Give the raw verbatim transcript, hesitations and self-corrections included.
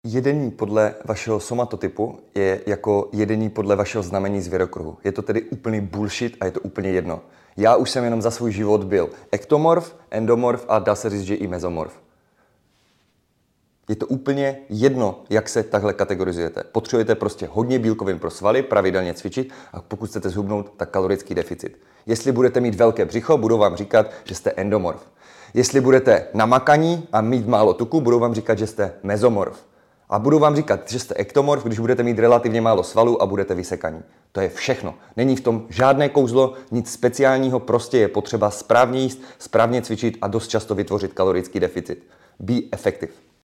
Jedení podle vašeho somatotypu je jako jedení podle vašeho znamení zvěrokruhu. Je to tedy úplný bullshit a je to úplně jedno. Já už jsem jenom za svůj život byl ektomorf, endomorf a dá se říct, že i mezomorf. Je to úplně jedno, jak se takhle kategorizujete. Potřebujete prostě hodně bílkovin pro svaly, pravidelně cvičit a pokud chcete zhubnout, tak kalorický deficit. Jestli budete mít velké břicho, budou vám říkat, že jste endomorf. Jestli budete namakaní a mít málo tuku, budou vám říkat, že jste mezomorf. A budou vám říkat, že jste ektomorf, když budete mít relativně málo svalů a budete vysekaní. To je všechno. Není v tom žádné kouzlo, nic speciálního, prostě je potřeba správně jíst, správně cvičit a dost často vytvořit kalorický deficit. Be effective.